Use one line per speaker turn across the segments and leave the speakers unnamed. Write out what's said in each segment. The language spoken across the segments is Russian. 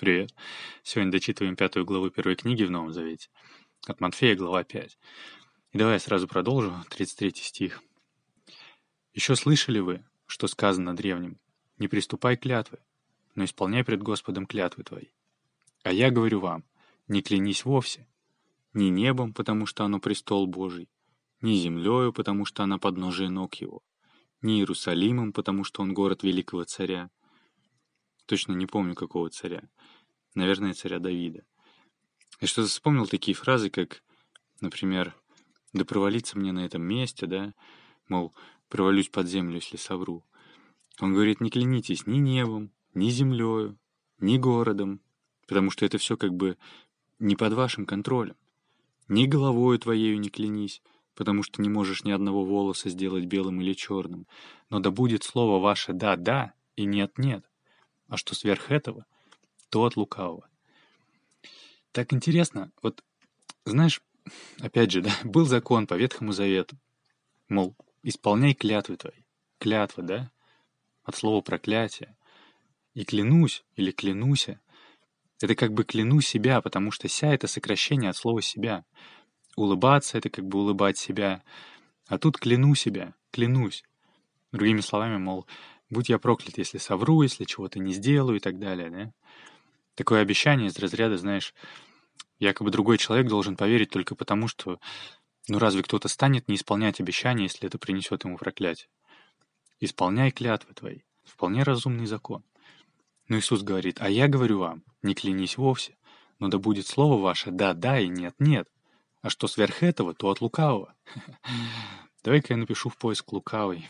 Привет. Сегодня дочитываем 5 главу первой книги в Новом Завете. От Матфея, глава 5. И давай я сразу продолжу, 33 стих. «Еще слышали вы, что сказано древним? Не приступай к клятве, но исполняй пред Господом клятвы твои. А я говорю вам, не клянись вовсе, ни небом, потому что оно престол Божий, ни землею, потому что она подножие ног его, ни Иерусалимом, потому что он город великого царя». Точно не помню, какого царя. Наверное, царя Давида. Я что-то вспомнил такие фразы, как, например, «да провалиться мне на этом месте», да, мол, провалюсь под землю, если совру. Он говорит, не клянитесь ни небом, ни землею, ни городом, потому что это все как бы не под вашим контролем. Ни головою твоею не клянись, потому что не можешь ни одного волоса сделать белым или черным. Но да будет слово ваше «да-да» и «нет-нет». А что сверх этого, то от лукавого. Так интересно, вот, знаешь, опять же, да, был закон по Ветхому Завету, мол, исполняй клятвы твои. Клятва, да, от слова проклятие. И клянусь или клянуся, это как бы кляну себя, потому что ся — это сокращение от слова себя. Улыбаться — это как бы улыбать себя. А тут кляну себя, клянусь. Другими словами, мол, будь я проклят, если совру, если чего-то не сделаю и так далее, да. Такое обещание из разряда, знаешь, якобы другой человек должен поверить только потому, что, ну разве кто-то станет не исполнять обещания, если это принесет ему проклятие? Исполняй клятвы твои. Вполне разумный закон. Но Иисус говорит, а я говорю вам, не клянись вовсе, но да будет слово ваше «да-да» и «нет-нет». А что сверх этого, то от лукавого. Давай-ка я напишу в поиск лукавый.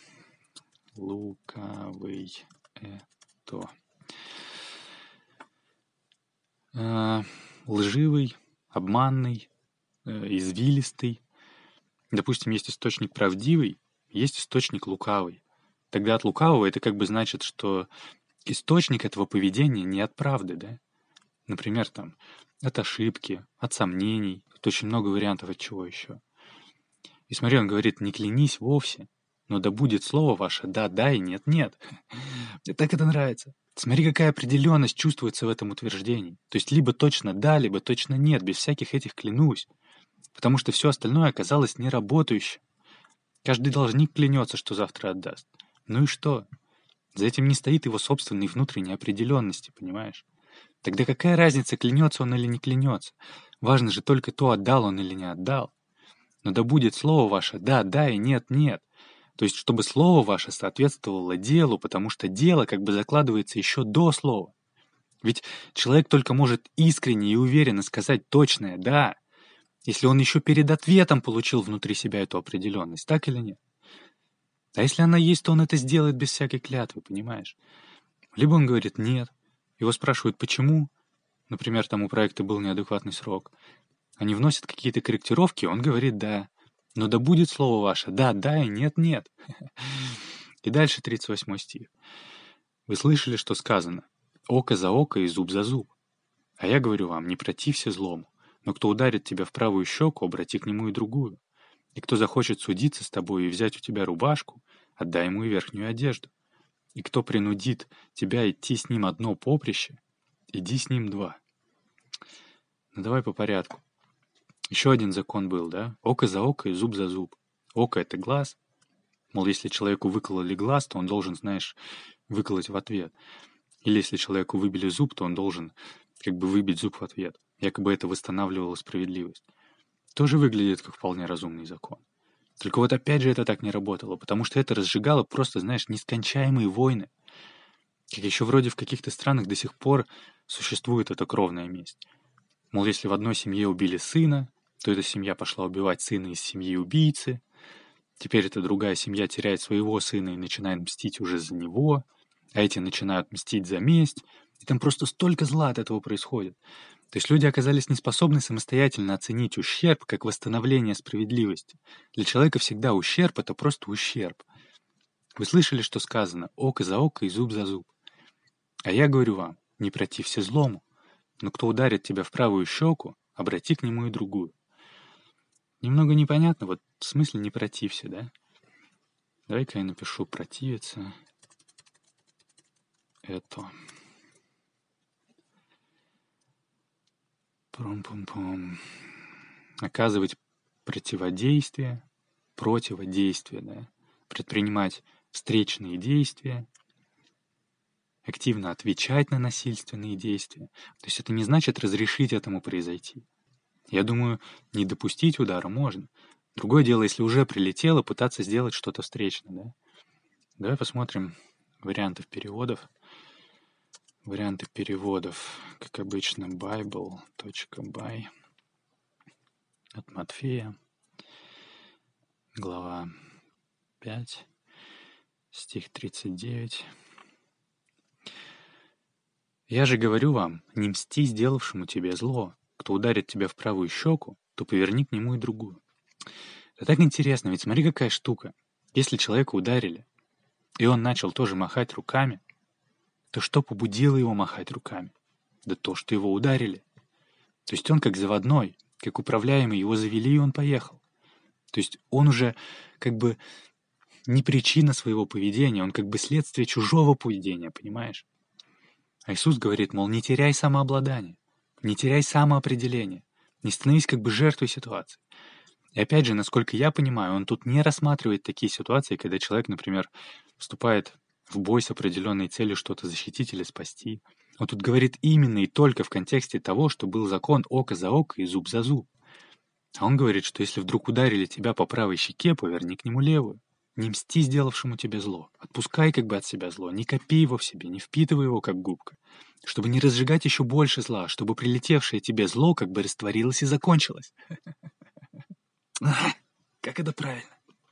Лукавый это. Лживый, обманный, извилистый. Допустим, есть источник правдивый, есть источник лукавый. Тогда от лукавого это как бы значит, что источник этого поведения не от правды, да? Например, там, от ошибки, от сомнений. Тут очень много вариантов от чего еще. И смотри, он говорит, не клянись вовсе, но да будет слово ваше «да-да» и «нет-нет». Мне так это нравится. Смотри, какая определенность чувствуется в этом утверждении. То есть либо точно «да», либо точно «нет», без всяких этих «клянусь». Потому что все остальное оказалось неработающим. Каждый должник клянется, что завтра отдаст. Ну и что? За этим не стоит его собственной внутренней определенности, понимаешь? Тогда какая разница, клянется он или не клянется? Важно же только то, отдал он или не отдал. Но да будет слово ваше «да, да» и «нет, нет». То есть, чтобы слово ваше соответствовало делу, потому что дело как бы закладывается еще до слова. Ведь человек только может искренне и уверенно сказать точное «да», если он еще перед ответом получил внутри себя эту определенность, так или нет? А если она есть, то он это сделает без всякой клятвы, понимаешь? Либо он говорит «нет», его спрашивают «почему?», например, там у проекта был неадекватный срок. Они вносят какие-то корректировки, он говорит «да». Но да будет слово ваше «да, да» и «нет, нет». И дальше 38 стих. Вы слышали, что сказано «око за око и зуб за зуб». А я говорю вам, не протився злому, но кто ударит тебя в правую щеку, обрати к нему и другую. И кто захочет судиться с тобой и взять у тебя рубашку, отдай ему и верхнюю одежду. И кто принудит тебя идти с ним одно поприще, иди с ним два. Ну давай по порядку. Еще один закон был, да? Око за око и зуб за зуб. Око — это глаз. Мол, если человеку выкололи глаз, то он должен, знаешь, выколоть в ответ. Или если человеку выбили зуб, то он должен как бы выбить зуб в ответ. Якобы это восстанавливало справедливость. Тоже выглядит как вполне разумный закон. Только вот опять же это так не работало, потому что это разжигало просто, знаешь, нескончаемые войны. Как еще вроде в каких-то странах до сих пор существует эта кровная месть. Мол, если в одной семье убили сына, то эта семья пошла убивать сына из семьи убийцы. Теперь эта другая семья теряет своего сына и начинает мстить уже за него, а эти начинают мстить за месть. И там просто столько зла от этого происходит. То есть люди оказались не способны самостоятельно оценить ущерб как восстановление справедливости. Для человека всегда ущерб — это просто ущерб. Вы слышали, что сказано «око за око и зуб за зуб». А я говорю вам, не протився злому, но кто ударит тебя в правую щеку, обрати к нему и другую. Немного непонятно, вот в смысле не протився, да? Давай-ка я напишу «противиться». Это. Пум-пум-пум. Оказывать противодействие, да, предпринимать встречные действия, активно отвечать на насильственные действия. То есть это не значит разрешить этому произойти. Я думаю, не допустить удара можно. Другое дело, если уже прилетело, пытаться сделать что-то встречное, да? Давай посмотрим варианты переводов. Варианты переводов, как обычно, bible.by от Матфея, глава 5, стих 39. «Я же говорю вам, не мсти сделавшему тебе зло. Кто ударит тебя в правую щеку, то поверни к нему и другую». Это так интересно, ведь смотри, какая штука. Если человека ударили, и он начал тоже махать руками, то что побудило его махать руками? Да то, что его ударили. То есть он как заводной, как управляемый, его завели, и он поехал. То есть он уже как бы не причина своего поведения, он как бы следствие чужого поведения, понимаешь? А Иисус говорит, мол, не теряй самообладание, не теряй самоопределение, не становись как бы жертвой ситуации. И опять же, насколько я понимаю, он тут не рассматривает такие ситуации, когда человек, например, вступает в бой с определенной целью что-то защитить или спасти. Он тут говорит именно и только в контексте того, что был закон око за око и зуб за зуб. А он говорит, что если вдруг ударили тебя по правой щеке, поверни к нему левую. Не мсти сделавшему тебе зло. Отпускай как бы от себя зло, не копи его в себе, не впитывай его как губка. Чтобы не разжигать еще больше зла, чтобы прилетевшее тебе зло как бы растворилось и закончилось. Как это правильно?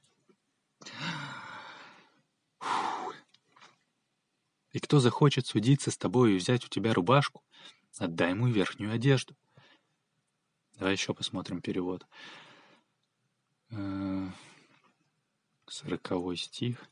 И кто захочет судиться с тобой и взять у тебя рубашку, отдай ему верхнюю одежду. Давай еще посмотрим перевод. 40 стих.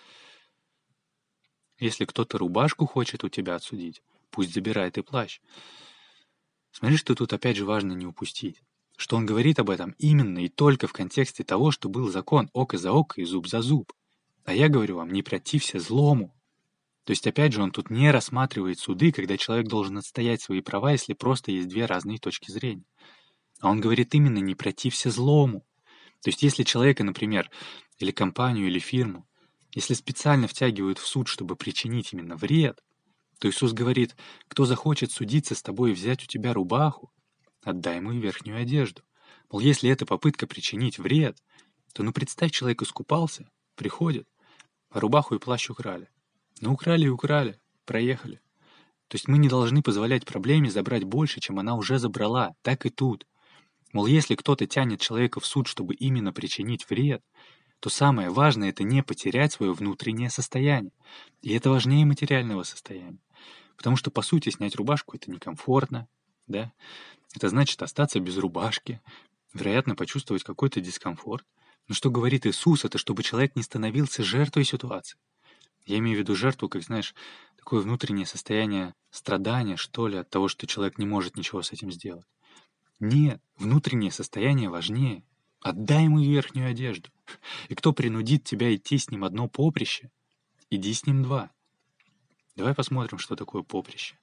Если кто-то рубашку хочет у тебя отсудить, пусть забирает и плащ. Смотри, что тут опять же важно не упустить. Что он говорит об этом именно и только в контексте того, что был закон око за око и зуб за зуб. А я говорю вам, не протився злому. То есть, опять же, он тут не рассматривает суды, когда человек должен отстоять свои права, если просто есть две разные точки зрения. А он говорит именно не протився злому. То есть, если человека, например, или компанию, или фирму, если специально втягивают в суд, чтобы причинить именно вред, то Иисус говорит, кто захочет судиться с тобой и взять у тебя рубаху, отдай ему и верхнюю одежду. Мол, если это попытка причинить вред, то представь, человек искупался, приходит, а рубаху и плащ украли. Украли и украли, проехали. То есть мы не должны позволять проблеме забрать больше, чем она уже забрала, так и тут. Мол, если кто-то тянет человека в суд, чтобы именно причинить вред, то самое важное — это не потерять свое внутреннее состояние. И это важнее материального состояния. Потому что, по сути, снять рубашку — это некомфортно, да? Это значит остаться без рубашки, вероятно, почувствовать какой-то дискомфорт. Но что говорит Иисус, это чтобы человек не становился жертвой ситуации. Я имею в виду жертву, как, знаешь, такое внутреннее состояние страдания, что ли, от того, что человек не может ничего с этим сделать. Нет, внутреннее состояние важнее. Отдай ему верхнюю одежду. И кто принудит тебя идти с ним одно поприще, иди с ним два. Давай посмотрим, что такое поприще.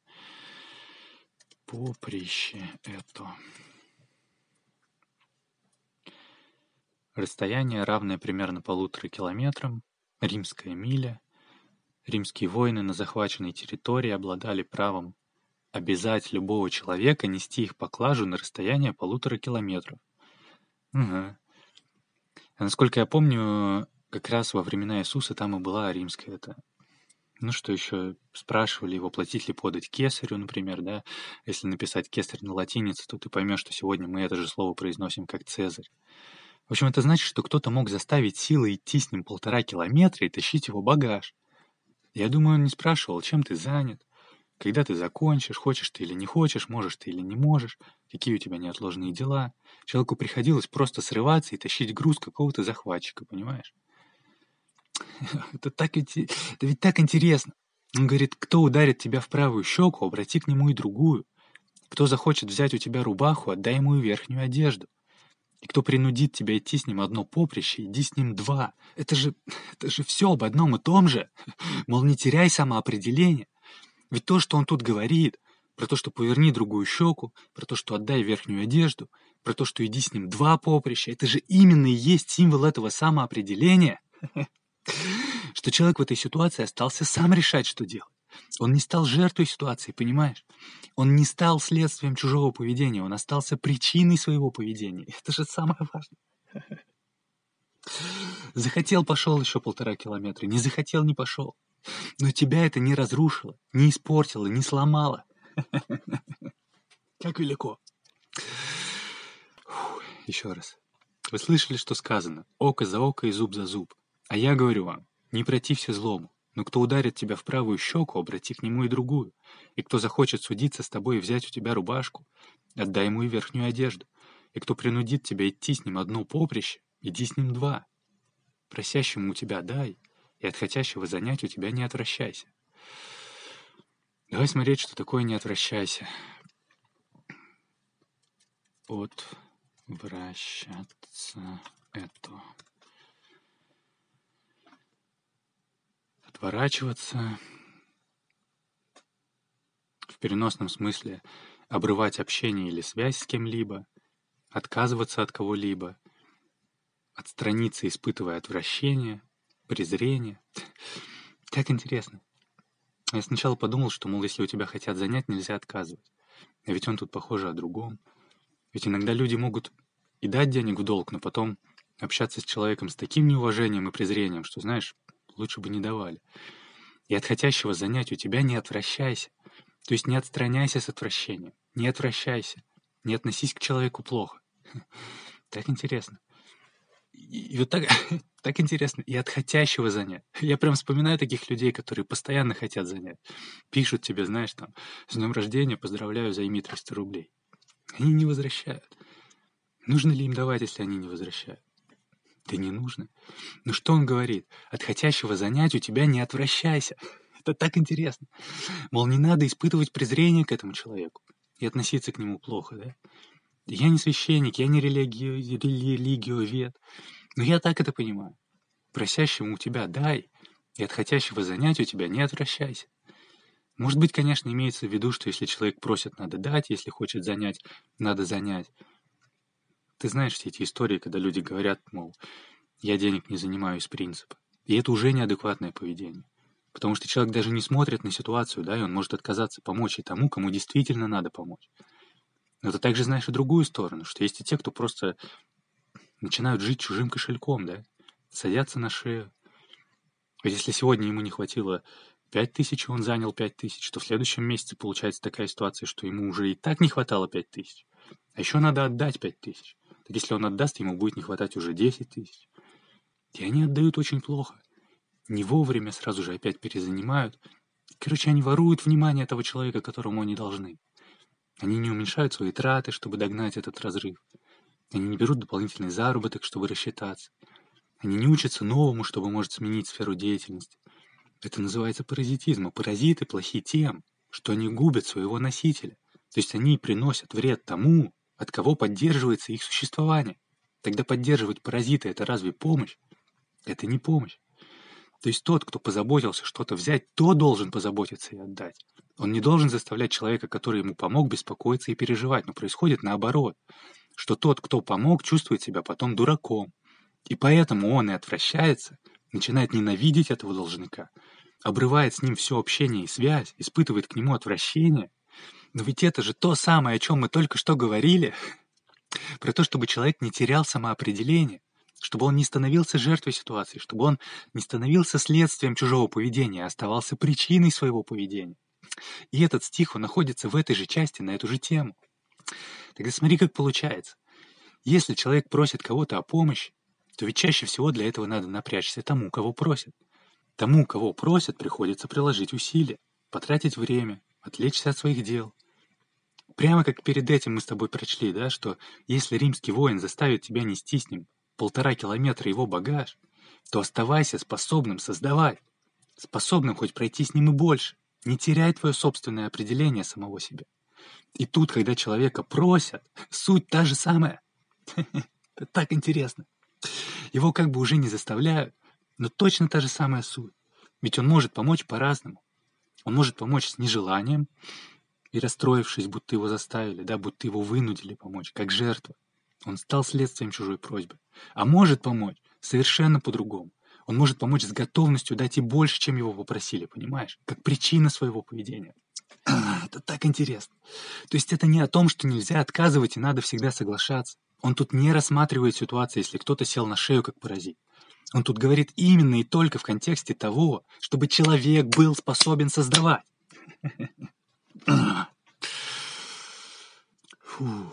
Поприще — это расстояние, равное примерно 1,5 километрам, римская миля. Римские воины на захваченной территории обладали правом обязать любого человека нести их поклажу на расстояние 1,5 километров. Угу. Насколько я помню, как раз во времена Иисуса там и была римская это. Что еще? Спрашивали его, платить ли подать кесарю, например, да? Если написать кесарь на латинице, то ты поймешь, что сегодня мы это же слово произносим как Цезарь. В общем, это значит, что кто-то мог заставить силой идти с ним 1,5 километра и тащить его багаж. Я думаю, он не спрашивал, чем ты занят, когда ты закончишь, хочешь ты или не хочешь, можешь ты или не можешь, какие у тебя неотложные дела. Человеку приходилось просто срываться и тащить груз какого-то захватчика, понимаешь? Это ведь так интересно. Он говорит, кто ударит тебя в правую щеку, обрати к нему и другую. Кто захочет взять у тебя рубаху, отдай ему и верхнюю одежду. И кто принудит тебя идти с ним одно поприще, иди с ним два. Это же все об одном и том же. Мол, не теряй самоопределение. Ведь то, что он тут говорит, про то, что поверни другую щеку, про то, что отдай верхнюю одежду, про то, что иди с ним два поприща. Это же именно и есть символ этого самоопределения, что человек в этой ситуации остался сам решать, что делать. Он не стал жертвой ситуации, понимаешь? Он не стал следствием чужого поведения, он остался причиной своего поведения. Это же самое важное. Захотел — пошел еще 1,5 километра, не захотел — не пошел. Но тебя это не разрушило, не испортило, не сломало. Как велико. Еще раз. Вы слышали, что сказано: око за око и зуб за зуб. А я говорю вам, не протився злому, но кто ударит тебя в правую щеку, обрати к нему и другую. И кто захочет судиться с тобой и взять у тебя рубашку, отдай ему и верхнюю одежду. И кто принудит тебя идти с ним одно поприще, иди с ним два. Просящему у тебя дай, и от хотящего занять у тебя не отвращайся. Давай смотреть, что такое не отвращайся. Отвращаться это. Отворачиваться в переносном смысле обрывать общение или связь с кем-либо, отказываться от кого-либо, отстраниться, испытывая отвращение, презрение. Как интересно. Я сначала подумал, что, мол, если у тебя хотят занять, нельзя отказывать. А ведь он тут, похоже, о другом. Ведь иногда люди могут и дать денег в долг, но потом общаться с человеком с таким неуважением и презрением, что, знаешь, лучше бы не давали. И от хотящего занять у тебя не отвращайся. То есть не отстраняйся с отвращением, не отвращайся, не относись к человеку плохо. Так интересно. И вот так, так интересно. И от хотящего занять. Я прям вспоминаю таких людей, которые постоянно хотят занять. Пишут тебе, знаешь, там: с днем рождения, поздравляю, займи 300 рублей. Они не возвращают. Нужно ли им давать, если они не возвращают? Да не нужно. Ну что он говорит? От хотящего занять у тебя не отвращайся. Это так интересно. Мол, не надо испытывать презрение к этому человеку и относиться к нему плохо, да? Я не священник, я не религиовед, но я так это понимаю. Просящему у тебя дай, и от хотящего занять у тебя не отвращайся. Может быть, конечно, имеется в виду, что если человек просит, надо дать, если хочет занять, надо занять. Ты знаешь все эти истории, когда люди говорят, мол, я денег не занимаю из принципа. И это уже неадекватное поведение. Потому что человек даже не смотрит на ситуацию, да, и он может отказаться помочь и тому, кому действительно надо помочь. Но ты также знаешь и другую сторону, что есть и те, кто просто начинают жить чужим кошельком, да, садятся на шею. Ведь если сегодня ему не хватило 5000, и он занял 5000, то в следующем месяце получается такая ситуация, что ему уже и так не хватало 5000, а еще надо отдать 5000. Так если он отдаст, ему будет не хватать уже 10 000. И они отдают очень плохо. Не вовремя, сразу же опять перезанимают. Короче, они воруют внимание того человека, которому они должны. Они не уменьшают свои траты, чтобы догнать этот разрыв. Они не берут дополнительный заработок, чтобы рассчитаться. Они не учатся новому, чтобы может сменить сферу деятельности. Это называется паразитизм. А паразиты плохи тем, что они губят своего носителя. То есть они приносят вред тому, от кого поддерживается их существование. Тогда поддерживать паразита — это разве помощь? Это не помощь. То есть тот, кто позаботился что-то взять, то должен позаботиться и отдать. Он не должен заставлять человека, который ему помог, беспокоиться и переживать. Но происходит наоборот, что тот, кто помог, чувствует себя потом дураком. И поэтому он и отвращается, начинает ненавидеть этого должника, обрывает с ним все общение и связь, испытывает к нему отвращение. Но ведь это же то самое, о чем мы только что говорили, про то, чтобы человек не терял самоопределение, чтобы он не становился жертвой ситуации, чтобы он не становился следствием чужого поведения, а оставался причиной своего поведения. И этот стих, он находится в этой же части, на эту же тему. Тогда смотри, как получается. Если человек просит кого-то о помощи, то ведь чаще всего для этого надо напрячься тому, кого просят. Тому, кого просят, приходится приложить усилия, потратить время, отвлечься от своих дел. Прямо как перед этим мы с тобой прочли, да, что если римский воин заставит тебя нести с ним 1,5 километра его багаж, то оставайся способным создавать, способным хоть пройти с ним и больше, не теряй твое собственное определение самого себя. И тут, когда человека просят, суть та же самая. Это так интересно. Его как бы уже не заставляют, но точно та же самая суть. Ведь он может помочь по-разному. Он может помочь с нежеланием, и расстроившись, будто его заставили, да, будто его вынудили помочь, как жертва. Он стал следствием чужой просьбы. А может помочь совершенно по-другому. Он может помочь с готовностью дать и больше, чем его попросили, понимаешь? Как причина своего поведения. Это так интересно. То есть это не о том, что нельзя отказывать и надо всегда соглашаться. Он тут не рассматривает ситуацию, если кто-то сел на шею как паразит. Он тут говорит именно и только в контексте того, чтобы человек был способен создавать. Фу.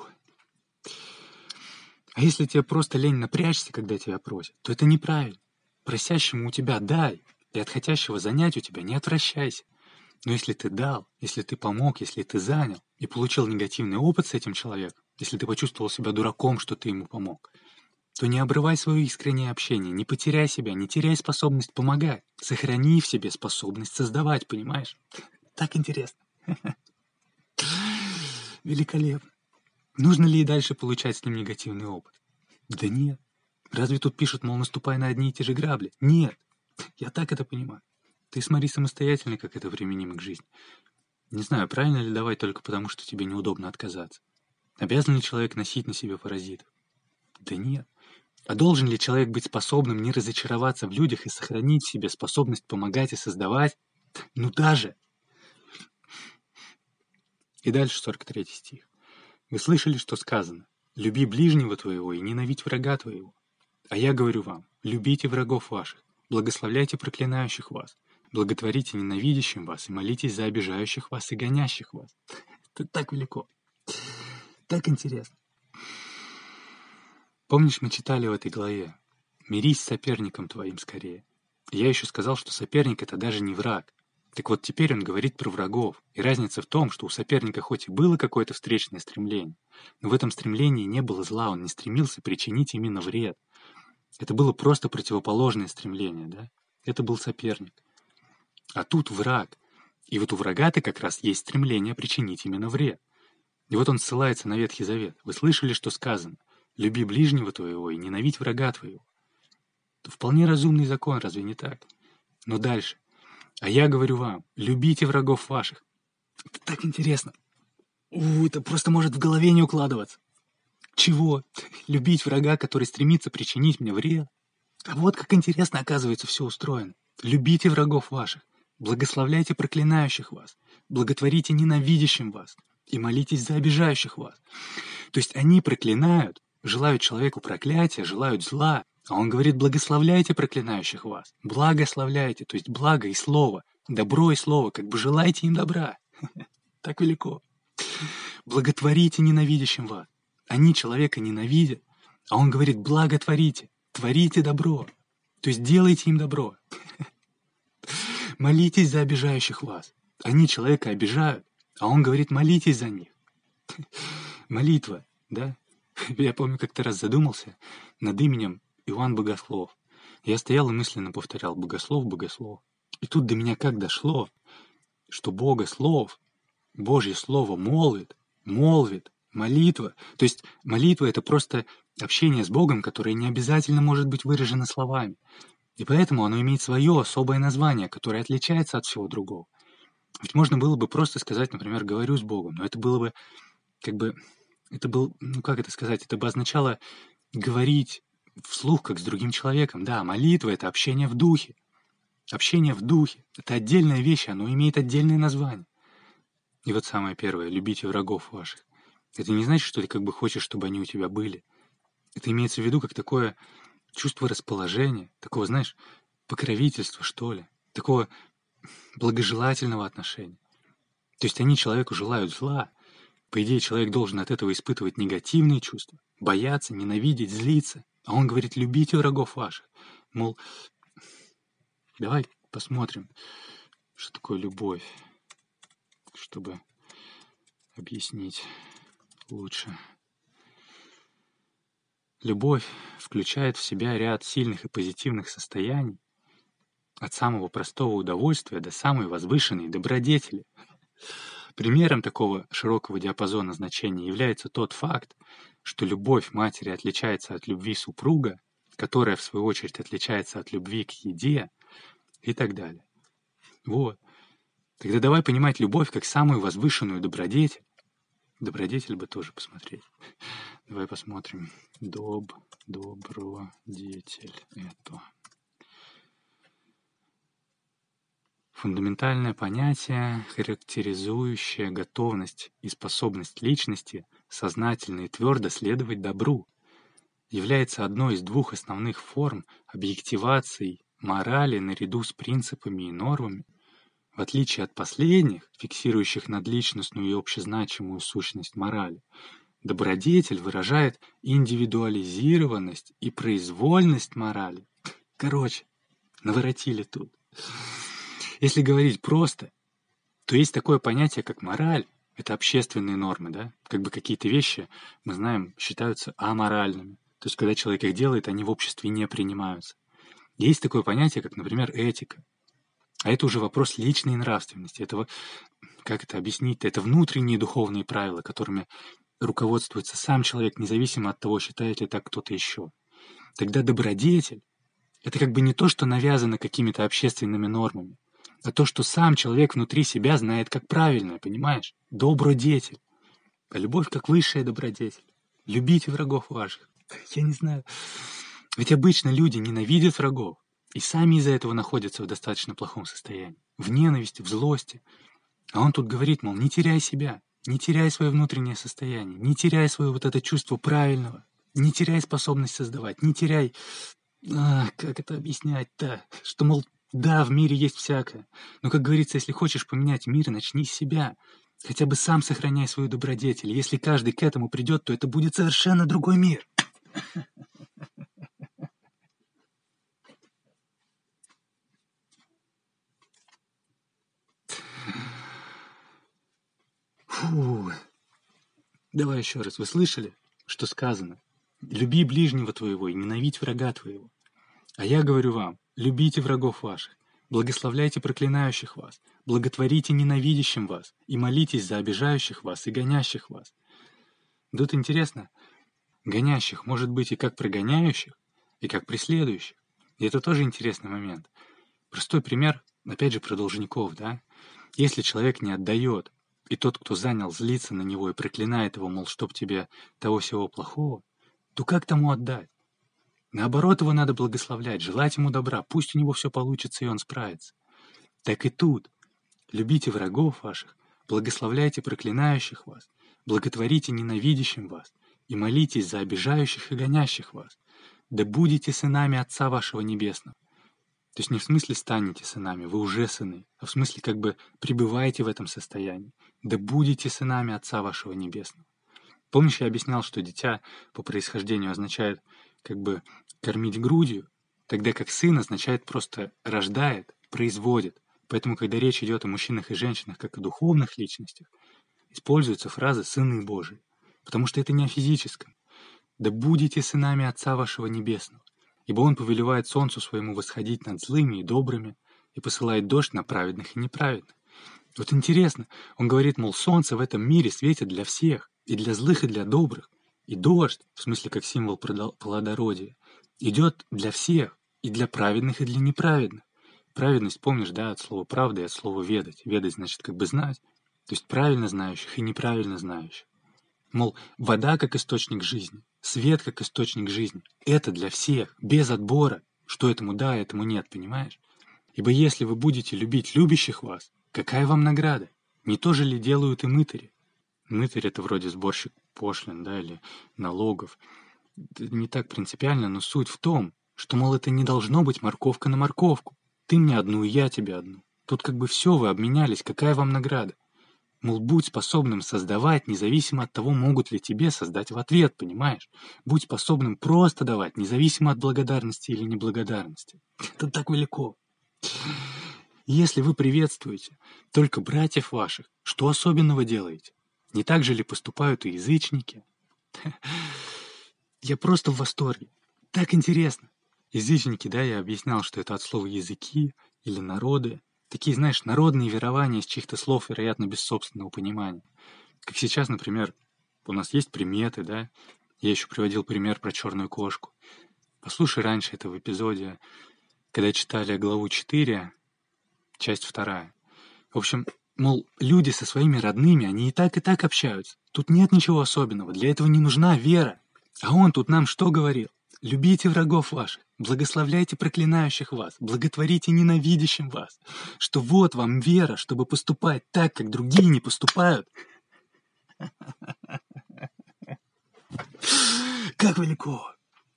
А если тебе просто лень напрячься, когда тебя просят, то это неправильно. Просящему у тебя дай, и от хотящего занять у тебя не отвращайся. Но если ты дал, если ты помог, если ты занял и получил негативный опыт с этим человеком, если ты почувствовал себя дураком, что ты ему помог, то не обрывай свое искреннее общение, не потеряй себя, не теряй способность помогать. Сохрани в себе способность создавать, понимаешь? Так интересно. Великолепно. Нужно ли и дальше получать с ним негативный опыт? Да нет. Разве тут пишут, мол, наступай на одни и те же грабли? Нет. Я так это понимаю. Ты смотри самостоятельно, как это применимо к жизни. Не знаю, правильно ли давать только потому, что тебе неудобно отказаться. Обязан ли человек носить на себе паразитов? Да нет. А должен ли человек быть способным не разочароваться в людях и сохранить в себе способность помогать и создавать? Ну даже. И дальше 43 стих. Вы слышали, что сказано? Люби ближнего твоего и ненавидь врага твоего. А я говорю вам, любите врагов ваших, благословляйте проклинающих вас, благотворите ненавидящим вас и молитесь за обижающих вас и гонящих вас. Это так велико. Так интересно. Помнишь, мы читали в этой главе: «Мирись с соперником твоим скорее». И я еще сказал, что соперник — это даже не враг. Так вот теперь он говорит про врагов. И разница в том, что у соперника хоть и было какое-то встречное стремление, но в этом стремлении не было зла, он не стремился причинить именно вред. Это было просто противоположное стремление, да? Это был соперник. А тут враг. И вот у врага-то как раз есть стремление причинить именно вред. И вот он ссылается на Ветхий Завет. Вы слышали, что сказано? Люби ближнего твоего и ненавидь врага твоего. Это вполне разумный закон, разве не так? Но дальше. А я говорю вам, любите врагов ваших. Это так интересно. Это просто может в голове не укладываться. Чего? Любить врага, который стремится причинить мне вред? А вот как интересно, оказывается, все устроено. Любите врагов ваших, благословляйте проклинающих вас, благотворите ненавидящим вас и молитесь за обижающих вас. То есть они проклинают, желают человеку проклятия, желают зла, а он говорит: благословляйте проклинающих вас, благословляйте, то есть благо и слово, добро и слово, как бы желайте им добра. Так велико. Благотворите ненавидящим вас. Они человека ненавидят, а он говорит: благотворите, творите добро, то есть делайте им добро. Молитесь за обижающих вас. Они человека обижают, а он говорит: молитесь за них. Молитва, да? Я помню, как-то раз задумался над именем Иоанн Богослов. Я стоял и мысленно повторял: Богослов, Богослов. И тут до меня как дошло, что Богослов, Божье Слово молвит, молитва. То есть молитва — это просто общение с Богом, которое не обязательно может быть выражено словами. И поэтому оно имеет свое особое название, которое отличается от всего другого. Ведь можно было бы просто сказать, например, «говорю с Богом», но это было бы, это бы означало говорить вслух, как с другим человеком. Да, молитва — это общение в духе. Общение в духе — это отдельная вещь, оно имеет отдельное название. И вот самое первое — любите врагов ваших. Это не значит, что ты как бы хочешь, чтобы они у тебя были. Это имеется в виду как такое чувство расположения, такого, знаешь, покровительства, что ли, такого благожелательного отношения. То есть они человеку желают зла. По идее, человек должен от этого испытывать негативные чувства, бояться, ненавидеть, злиться. А он говорит: любите врагов ваших. Мол, давай посмотрим, что такое любовь, чтобы объяснить лучше. Любовь включает в себя ряд сильных и позитивных состояний, от самого простого удовольствия до самой возвышенной добродетели. Примером такого широкого диапазона значений является тот факт, что любовь матери отличается от любви супруга, которая, в свою очередь, отличается от любви к еде и так далее. Вот. Тогда давай понимать любовь как самую возвышенную добродетель. Добродетель бы тоже посмотреть. Давай посмотрим. Добродетель. Это фундаментальное понятие, характеризующее готовность и способность личности сознательно и твердо следовать добру, является одной из двух основных форм объективации морали наряду с принципами и нормами. В отличие от последних, фиксирующих надличностную и общезначимую сущность морали, добродетель выражает индивидуализированность и произвольность морали. Короче, наворотили тут. Если говорить просто, то есть такое понятие, как мораль. Это общественные нормы, да? Как бы какие-то вещи, мы знаем, считаются аморальными. То есть, когда человек их делает, они в обществе не принимаются. Есть такое понятие, как, например, этика. А это уже вопрос личной нравственности. Это, как это объяснить-то? Это внутренние духовные правила, которыми руководствуется сам человек, независимо от того, считает ли так кто-то еще. Тогда добродетель — это как бы не то, что навязано какими-то общественными нормами, а то, что сам человек внутри себя знает как правильное, понимаешь? Добродетель. А любовь как высшая добродетель. Любите врагов ваших. Я не знаю. Ведь обычно люди ненавидят врагов и сами из-за этого находятся в достаточно плохом состоянии. В ненависти, в злости. А он тут говорит, мол, не теряй себя, не теряй свое внутреннее состояние, не теряй свое вот это чувство правильного, не теряй способность создавать, не теряй... как это объяснять-то? Что, мол, да, в мире есть всякое. Но, как говорится, если хочешь поменять мир, начни с себя. Хотя бы сам сохраняй свою добродетель. Если каждый к этому придет, то это будет совершенно другой мир. Фу. Давай еще раз. Вы слышали, что сказано? Люби ближнего твоего и ненавидь врага твоего. А я говорю вам, любите врагов ваших, благословляйте проклинающих вас, благотворите ненавидящим вас и молитесь за обижающих вас и гонящих вас. Тут интересно, гонящих может быть и как прогоняющих, и как преследующих. И это тоже интересный момент. Простой пример, опять же, про должников, да? Если человек не отдает, и тот, кто занял, злится на него и проклинает его, мол, чтоб тебе того всего плохого, то как тому отдать? Наоборот, его надо благословлять, желать ему добра, пусть у него все получится и он справится. Так и тут. Любите врагов ваших, благословляйте проклинающих вас, благотворите ненавидящим вас и молитесь за обижающих и гонящих вас. Да будете сынами Отца вашего Небесного. То есть не в смысле станете сынами, вы уже сыны, а в смысле как бы пребываете в этом состоянии. Да будете сынами Отца вашего Небесного. Помнишь, я объяснял, что дитя по происхождению означает как бы кормить грудью, тогда как сын означает просто рождает, производит. Поэтому, когда речь идет о мужчинах и женщинах, как о духовных личностях, используется фраза «сыны Божии», потому что это не о физическом. «Да будете сынами Отца вашего Небесного, ибо Он повелевает солнцу своему восходить над злыми и добрыми и посылает дождь на праведных и неправедных». Вот интересно, он говорит, мол, солнце в этом мире светит для всех, и для злых, и для добрых. И дождь, в смысле как символ плодородия, идет для всех, и для праведных, и для неправедных. Праведность, помнишь, да, от слова «правда» и от слова «ведать». Ведать значит как бы знать, то есть правильно знающих и неправильно знающих. Мол, вода как источник жизни, свет как источник жизни. Это для всех, без отбора. Что этому да, этому нет, понимаешь? Ибо если вы будете любить любящих вас, какая вам награда? Не то же ли делают и мытари? Мытарь — это вроде сборщик пошлин, да, или налогов. Это не так принципиально, но суть в том, что, мол, это не должно быть морковка на морковку. Ты мне одну, и я тебе одну. Тут как бы все, вы обменялись, какая вам награда? Мол, будь способным создавать, независимо от того, могут ли тебе создать в ответ, понимаешь? Будь способным просто давать, независимо от благодарности или неблагодарности. Это так велико. Если вы приветствуете только братьев ваших, что особенного делаете? Не так же ли поступают и язычники? Я просто в восторге. Так интересно. Язычники, да, я объяснял, что это от слова «языки» или «народы». Такие, знаешь, народные верования из чьих-то слов, вероятно, без собственного понимания. Как сейчас, например, у нас есть приметы, да? Я еще приводил пример про черную кошку. Послушай раньше это в эпизоде, когда читали главу 4, часть 2. В общем, мол, люди со своими родными, они и так общаются. Тут нет ничего особенного, для этого не нужна вера. А он тут нам что говорил? Любите врагов ваших, благословляйте проклинающих вас, благотворите ненавидящим вас. Что вот вам вера, чтобы поступать так, как другие не поступают. Как велико!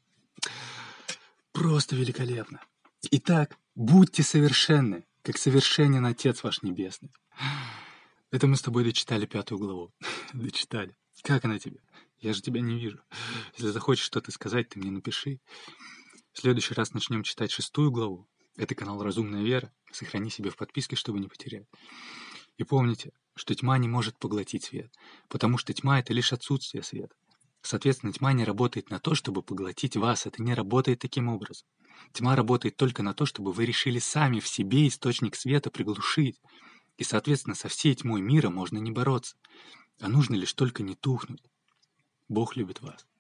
Просто великолепно. Итак, будьте совершенны, как совершенен Отец ваш Небесный. Это мы с тобой дочитали 5 главу. Дочитали. Как она тебе? Я же тебя не вижу. Если захочешь что-то сказать, ты мне напиши. В следующий раз начнем читать 6 главу. Это канал «Разумная вера». Сохрани себе в подписке, чтобы не потерять. И помните, что тьма не может поглотить свет, потому что тьма — это лишь отсутствие света. Соответственно, тьма не работает на то, чтобы поглотить вас. Это не работает таким образом. Тьма работает только на то, чтобы вы решили сами в себе источник света приглушить. И, соответственно, со всей тьмой мира можно не бороться, а нужно лишь только не тухнуть. Бог любит вас.